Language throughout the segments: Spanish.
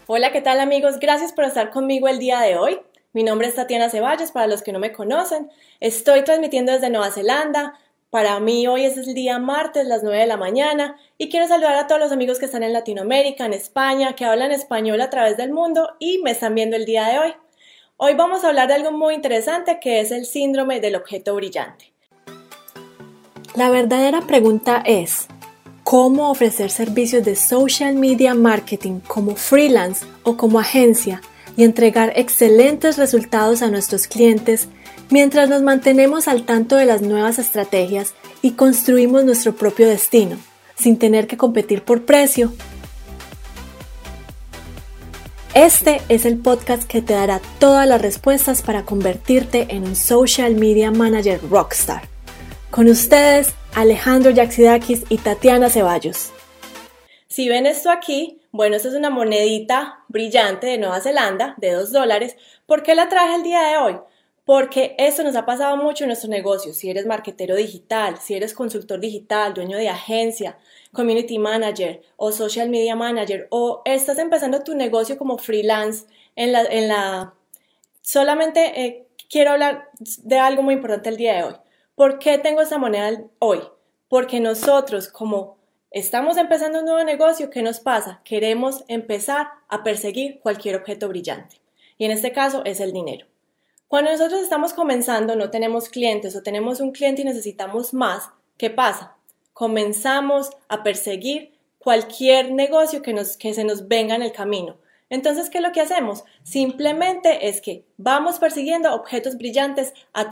Hola, ¿qué tal amigos? Gracias por estar conmigo el día de hoy. Mi nombre es Tatiana Ceballos, para los que no me conocen. Estoy transmitiendo desde Nueva Zelanda. Para mí hoy es el día martes, las 9 de la mañana, y quiero saludar a todos los amigos que están en Latinoamérica, en España, que hablan español a través del mundo y me están viendo el día de hoy. Hoy vamos a hablar de algo muy interesante que es el síndrome del objeto brillante. La verdadera pregunta es: ¿cómo ofrecer servicios de social media marketing como freelance o como agencia y entregar excelentes resultados a nuestros clientes mientras nos mantenemos al tanto de las nuevas estrategias y construimos nuestro propio destino, sin tener que competir por precio? Este es el podcast que te dará todas las respuestas para convertirte en un social media manager rockstar. Con ustedes, Alejandro Yaxidakis y Tatiana Ceballos. Si ven esto aquí, bueno, esto es una monedita brillante de Nueva Zelanda de $2. ¿Por qué la traje el día de hoy? Porque esto nos ha pasado mucho en nuestro negocio. Si eres marketero digital, si eres consultor digital, dueño de agencia, community manager o social media manager, o estás empezando tu negocio como freelance solamente quiero hablar de algo muy importante el día de hoy. ¿Por qué tengo esta moneda hoy? Porque nosotros, como estamos empezando un nuevo negocio, ¿qué nos pasa? Queremos empezar a perseguir cualquier objeto brillante. Y en este caso es el dinero. Cuando nosotros estamos comenzando, no tenemos clientes o tenemos un cliente y necesitamos más, ¿qué pasa? Comenzamos a perseguir cualquier negocio que se nos venga en el camino. Entonces, ¿qué es lo que hacemos? Simplemente es que vamos persiguiendo objetos brillantes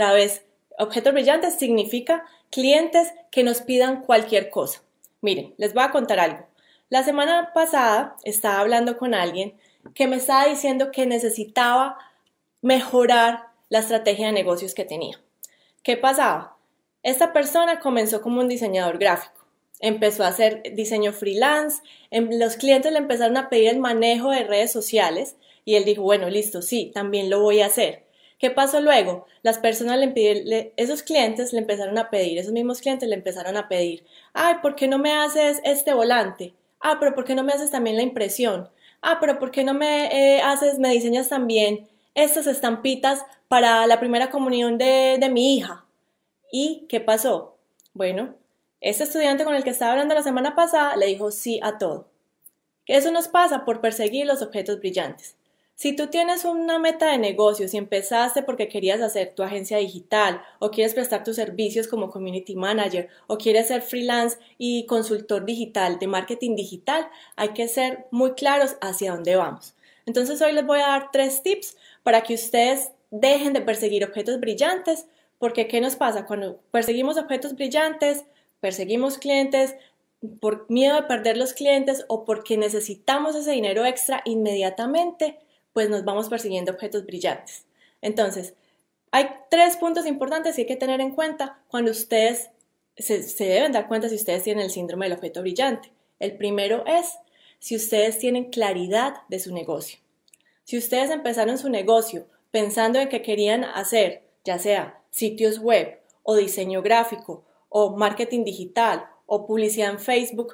Objetos brillantes significa clientes que nos pidan cualquier cosa. Miren, les voy a contar algo. La semana pasada estaba hablando con alguien que me estaba diciendo que necesitaba mejorar la estrategia de negocios que tenía. ¿Qué pasaba? Esta persona comenzó como un diseñador gráfico. Empezó a hacer diseño freelance, los clientes le empezaron a pedir el manejo de redes sociales y él dijo, bueno, listo, sí, también lo voy a hacer. ¿Qué pasó luego? Las personas esos clientes le empezaron a pedir, esos mismos clientes le empezaron a pedir, ay, ¿por qué no me haces este volante? Ah, pero ¿por qué no me haces también la impresión? Ah, pero ¿por qué no me diseñas también estas estampitas para la primera comunión de mi hija? ¿Y qué pasó? Bueno, este estudiante con el que estaba hablando la semana pasada le dijo sí a todo. Eso nos pasa por perseguir los objetos brillantes. Si tú tienes una meta de negocios y empezaste porque querías hacer tu agencia digital o quieres prestar tus servicios como community manager o quieres ser freelance y consultor digital de marketing digital, hay que ser muy claros hacia dónde vamos. Entonces hoy les voy a dar 3 tips para que ustedes dejen de perseguir objetos brillantes, porque ¿qué nos pasa? Cuando perseguimos objetos brillantes, perseguimos clientes, por miedo de perder los clientes o porque necesitamos ese dinero extra inmediatamente, pues nos vamos persiguiendo objetos brillantes. Entonces, hay 3 puntos importantes que hay que tener en cuenta cuando ustedes se deben dar cuenta si ustedes tienen el síndrome del objeto brillante. El primero es si ustedes tienen claridad de su negocio. Si ustedes empezaron su negocio pensando en que querían hacer, ya sea sitios web o diseño gráfico o marketing digital o publicidad en Facebook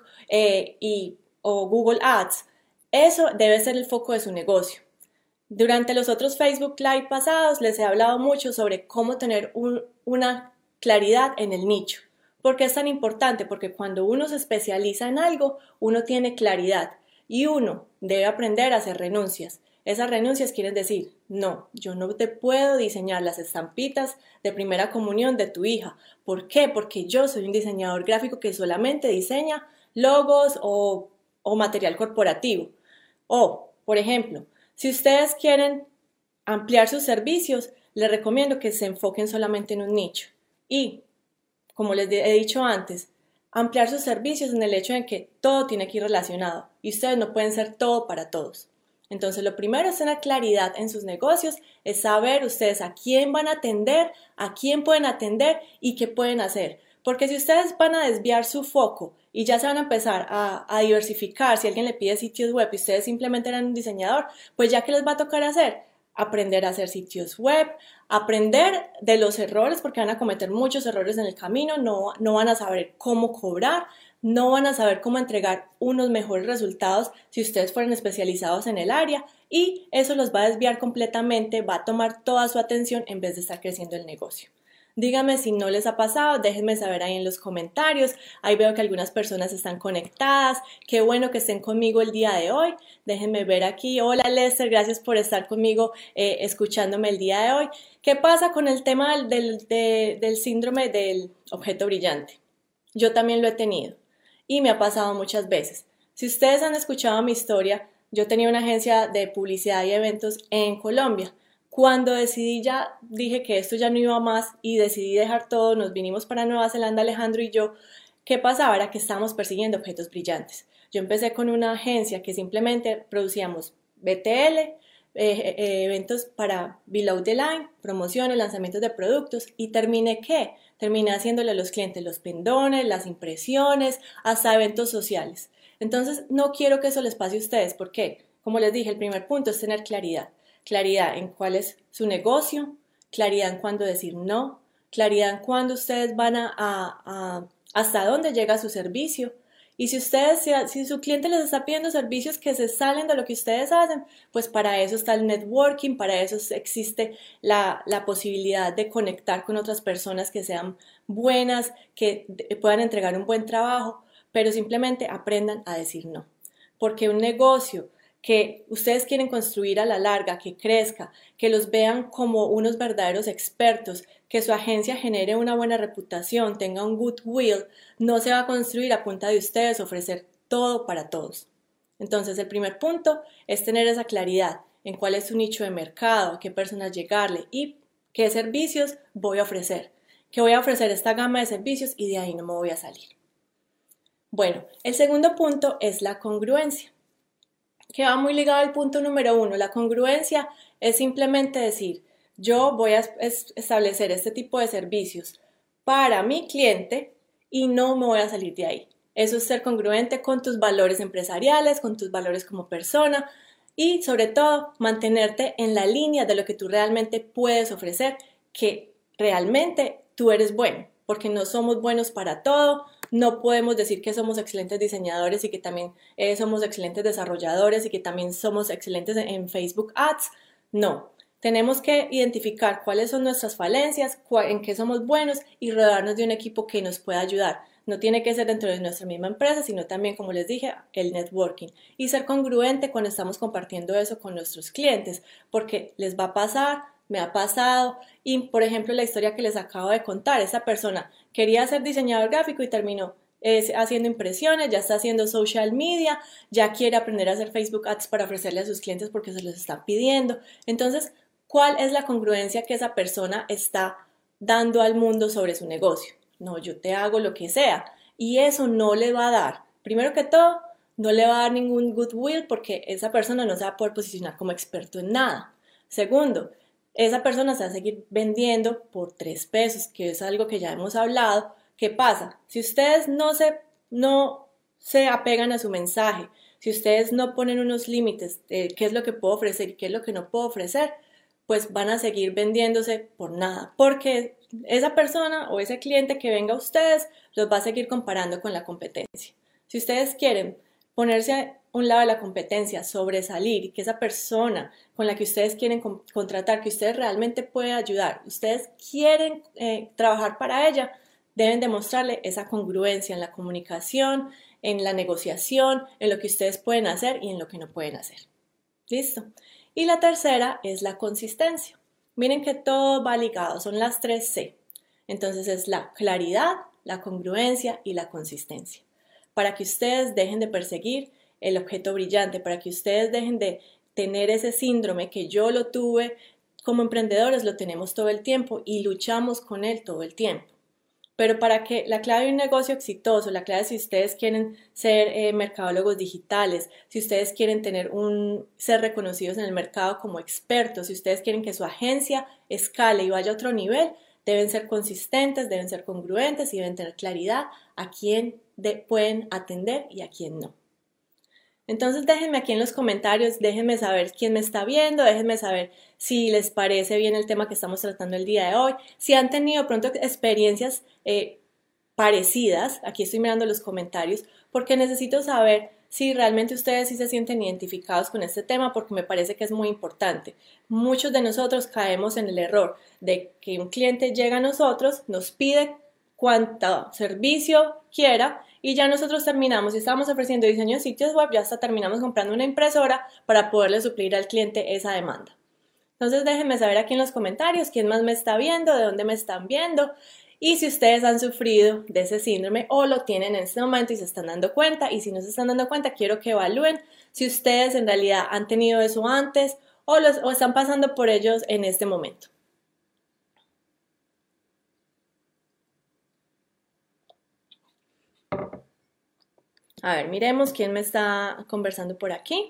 o Google Ads, eso debe ser el foco de su negocio. Durante los otros Facebook Live pasados les he hablado mucho sobre cómo tener una claridad en el nicho. ¿Por qué es tan importante? Porque cuando uno se especializa en algo, uno tiene claridad y uno debe aprender a hacer renuncias. Esas renuncias quieren decir, no, yo no te puedo diseñar las estampitas de primera comunión de tu hija. ¿Por qué? Porque yo soy un diseñador gráfico que solamente diseña logos o material corporativo. O, por ejemplo, si ustedes quieren ampliar sus servicios, les recomiendo que se enfoquen solamente en un nicho. Y, como les he dicho antes, ampliar sus servicios en el hecho de que todo tiene que ir relacionado y ustedes no pueden ser todo para todos. Entonces, lo primero es tener claridad en sus negocios, es saber ustedes a quién van a atender, a quién pueden atender y qué pueden hacer. Porque si ustedes van a desviar su foco y ya se van a empezar a diversificar, si alguien le pide sitios web y ustedes simplemente eran un diseñador, pues ya que les va a tocar hacer, aprender a hacer sitios web, aprender de los errores porque van a cometer muchos errores en el camino, no van a saber cómo cobrar, no van a saber cómo entregar unos mejores resultados si ustedes fueran especializados en el área y eso los va a desviar completamente, va a tomar toda su atención en vez de estar creciendo el negocio. Díganme si no les ha pasado, déjenme saber ahí en los comentarios. Ahí veo que algunas personas están conectadas. Qué bueno que estén conmigo el día de hoy. Déjenme ver aquí. Hola Lester, gracias por estar conmigo escuchándome el día de hoy. ¿Qué pasa con el tema del síndrome del objeto brillante? Yo también lo he tenido y me ha pasado muchas veces. Si ustedes han escuchado mi historia, yo tenía una agencia de publicidad y eventos en Colombia. Cuando decidí ya, dije que esto ya no iba más y decidí dejar todo, nos vinimos para Nueva Zelanda, Alejandro y yo. ¿Qué pasaba? Era que estábamos persiguiendo objetos brillantes. Yo empecé con una agencia que simplemente producíamos BTL, eventos para below the line, promociones, lanzamientos de productos y terminé ¿qué? Terminé haciéndole a los clientes los pendones, las impresiones, hasta eventos sociales. Entonces no quiero que eso les pase a ustedes, ¿por qué? Como les dije, el primer punto es tener claridad. Claridad en cuál es su negocio, claridad en cuándo decir no, claridad en cuándo ustedes van hasta dónde llega su servicio. Y si su cliente les está pidiendo servicios que se salen de lo que ustedes hacen, pues para eso está el networking, para eso existe la posibilidad de conectar con otras personas que sean buenas, que puedan entregar un buen trabajo, pero simplemente aprendan a decir no. Porque un negocio que ustedes quieren construir a la larga, que crezca, que los vean como unos verdaderos expertos, que su agencia genere una buena reputación, tenga un goodwill, no se va a construir a punta de ustedes ofrecer todo para todos. Entonces, el primer punto es tener esa claridad en cuál es su nicho de mercado, a qué personas llegarle y qué servicios voy a ofrecer, que voy a ofrecer esta gama de servicios y de ahí no me voy a salir. Bueno, el segundo punto es la congruencia, que va muy ligado al punto número 1. La congruencia es simplemente decir, yo voy a establecer este tipo de servicios para mi cliente y no me voy a salir de ahí. Eso es ser congruente con tus valores empresariales, con tus valores como persona y sobre todo mantenerte en la línea de lo que tú realmente puedes ofrecer, que realmente tú eres bueno, porque no somos buenos para todo. No podemos decir que somos excelentes diseñadores y que también somos excelentes desarrolladores y que también somos excelentes en Facebook Ads. No, tenemos que identificar cuáles son nuestras falencias, en qué somos buenos y rodearnos de un equipo que nos pueda ayudar. No tiene que ser dentro de nuestra misma empresa, sino también, como les dije, el networking. Y ser congruente cuando estamos compartiendo eso con nuestros clientes, porque les va a pasar, me ha pasado. Y, por ejemplo, la historia que les acabo de contar, esa persona quería ser diseñador gráfico y terminó haciendo impresiones, ya está haciendo social media, ya quiere aprender a hacer Facebook Ads para ofrecerle a sus clientes porque se los están pidiendo. Entonces, ¿cuál es la congruencia que esa persona está dando al mundo sobre su negocio? No, yo te hago lo que sea. Y eso no le va a dar, primero que todo, no le va a dar ningún goodwill porque esa persona no se va a poder posicionar como experto en nada. Segundo, esa persona se va a seguir vendiendo por 3 pesos, que es algo que ya hemos hablado. ¿Qué pasa? Si ustedes no se apegan a su mensaje, si ustedes no ponen unos límites de qué es lo que puedo ofrecer y qué es lo que no puedo ofrecer, pues van a seguir vendiéndose por nada, porque esa persona o ese cliente que venga a ustedes los va a seguir comparando con la competencia. Si ustedes quieren ponerse a un lado de la competencia, sobresalir y que esa persona con la que ustedes quieren contratar, que ustedes realmente pueden ayudar, ustedes quieren trabajar para ella, deben demostrarle esa congruencia en la comunicación, en la negociación, en lo que ustedes pueden hacer y en lo que no pueden hacer. ¿Listo? Y la tercera es la consistencia. Miren que todo va ligado, son las 3 C. Entonces es la claridad, la congruencia y la consistencia. Para que ustedes dejen de perseguir el objeto brillante, para que ustedes dejen de tener ese síndrome que yo lo tuve, como emprendedores lo tenemos todo el tiempo y luchamos con él todo el tiempo. Pero para que la clave de un negocio exitoso, la clave si ustedes quieren ser mercadólogos digitales, si ustedes quieren ser reconocidos en el mercado como expertos, si ustedes quieren que su agencia escale y vaya a otro nivel, deben ser consistentes, deben ser congruentes y deben tener claridad a quién pueden atender y a quién no. Entonces déjenme aquí en los comentarios, déjenme saber quién me está viendo, déjenme saber si les parece bien el tema que estamos tratando el día de hoy, si han tenido pronto experiencias parecidas. Aquí estoy mirando los comentarios porque necesito saber si realmente ustedes sí se sienten identificados con este tema, porque me parece que es muy importante. Muchos de nosotros caemos en el error de que un cliente llega a nosotros, nos pide cuánto servicio quiera y ya nosotros terminamos, si estamos ofreciendo diseño de sitios web, ya hasta terminamos comprando una impresora para poderle suplir al cliente esa demanda. Entonces déjenme saber aquí en los comentarios quién más me está viendo, de dónde me están viendo y si ustedes han sufrido de ese síndrome o lo tienen en este momento y se están dando cuenta. Y si no se están dando cuenta, quiero que evalúen si ustedes en realidad han tenido eso antes o están pasando por ellos en este momento. A ver, miremos quién me está conversando por aquí.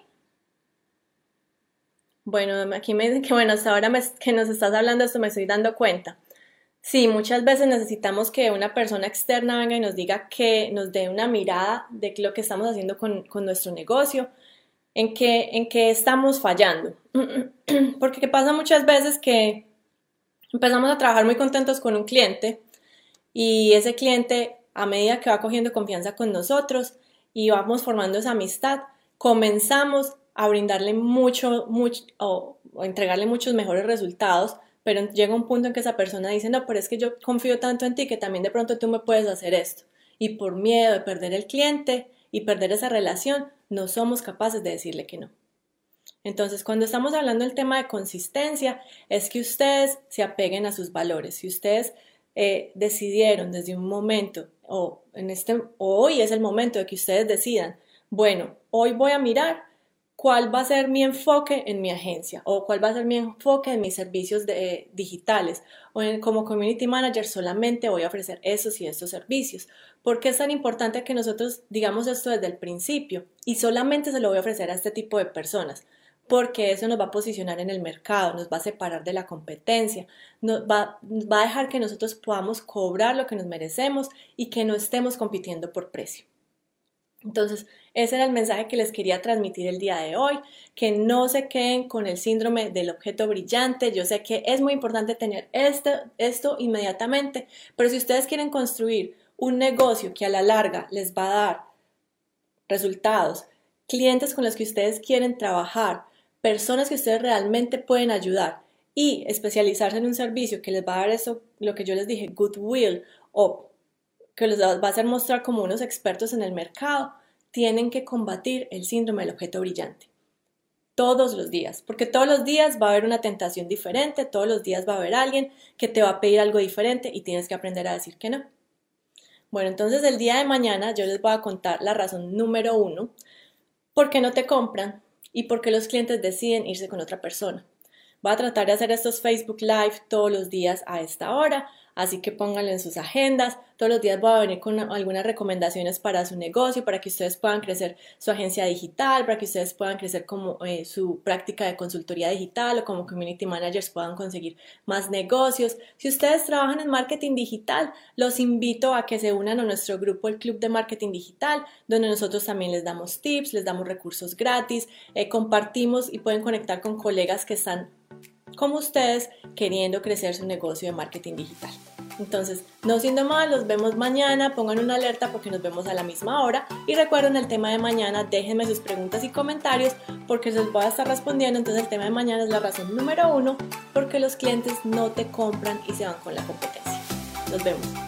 Bueno, aquí me dicen que bueno, hasta ahora que nos estás hablando esto me estoy dando cuenta. Sí, muchas veces necesitamos que una persona externa venga y nos diga, que nos dé una mirada de lo que estamos haciendo con nuestro negocio, en qué estamos fallando. Porque pasa muchas veces que empezamos a trabajar muy contentos con un cliente y ese cliente, a medida que va cogiendo confianza con nosotros y vamos formando esa amistad, comenzamos a brindarle mucho o entregarle muchos mejores resultados, pero llega un punto en que esa persona dice, no, pero es que yo confío tanto en ti que también de pronto tú me puedes hacer esto. Y por miedo de perder el cliente y perder esa relación, no somos capaces de decirle que no. Entonces, cuando estamos hablando del tema de consistencia, es que ustedes se apeguen a sus valores. Si ustedes decidieron desde un momento, o hoy es el momento de que ustedes decidan, bueno, hoy voy a mirar cuál va a ser mi enfoque en mi agencia o cuál va a ser mi enfoque en mis servicios digitales o como community manager solamente voy a ofrecer esos y estos servicios. ¿Por qué es tan importante que nosotros digamos esto desde el principio y solamente se lo voy a ofrecer a este tipo de personas? Porque eso nos va a posicionar en el mercado, nos va a separar de la competencia, va a dejar que nosotros podamos cobrar lo que nos merecemos y que no estemos compitiendo por precio. Entonces, ese era el mensaje que les quería transmitir el día de hoy, que no se queden con el síndrome del objeto brillante. Yo sé que es muy importante tener esto inmediatamente, pero si ustedes quieren construir un negocio que a la larga les va a dar resultados, clientes con los que ustedes quieren trabajar, personas que ustedes realmente pueden ayudar y especializarse en un servicio que les va a dar eso, lo que yo les dije, goodwill o que les va a hacer mostrar como unos expertos en el mercado, tienen que combatir el síndrome del objeto brillante. Todos los días, porque todos los días va a haber una tentación diferente, todos los días va a haber alguien que te va a pedir algo diferente y tienes que aprender a decir que no. Bueno, entonces el día de mañana yo les voy a contar la razón número 1, por qué no te compran y por qué los clientes deciden irse con otra persona. Voy a tratar de hacer estos Facebook Live todos los días a esta hora, así que pónganlo en sus agendas. Todos los días voy a venir con algunas recomendaciones para su negocio, para que ustedes puedan crecer su agencia digital, para que ustedes puedan crecer como su práctica de consultoría digital o como community managers puedan conseguir más negocios. Si ustedes trabajan en marketing digital, los invito a que se unan a nuestro grupo, el Club de Marketing Digital, donde nosotros también les damos tips, les damos recursos gratis, compartimos y pueden conectar con colegas que están como ustedes queriendo crecer su negocio de marketing digital. Entonces, no siendo más, los vemos mañana, pongan una alerta porque nos vemos a la misma hora y recuerden el tema de mañana, déjenme sus preguntas y comentarios porque les voy a estar respondiendo. Entonces el tema de mañana es la razón número 1 porque los clientes no te compran y se van con la competencia. Nos vemos.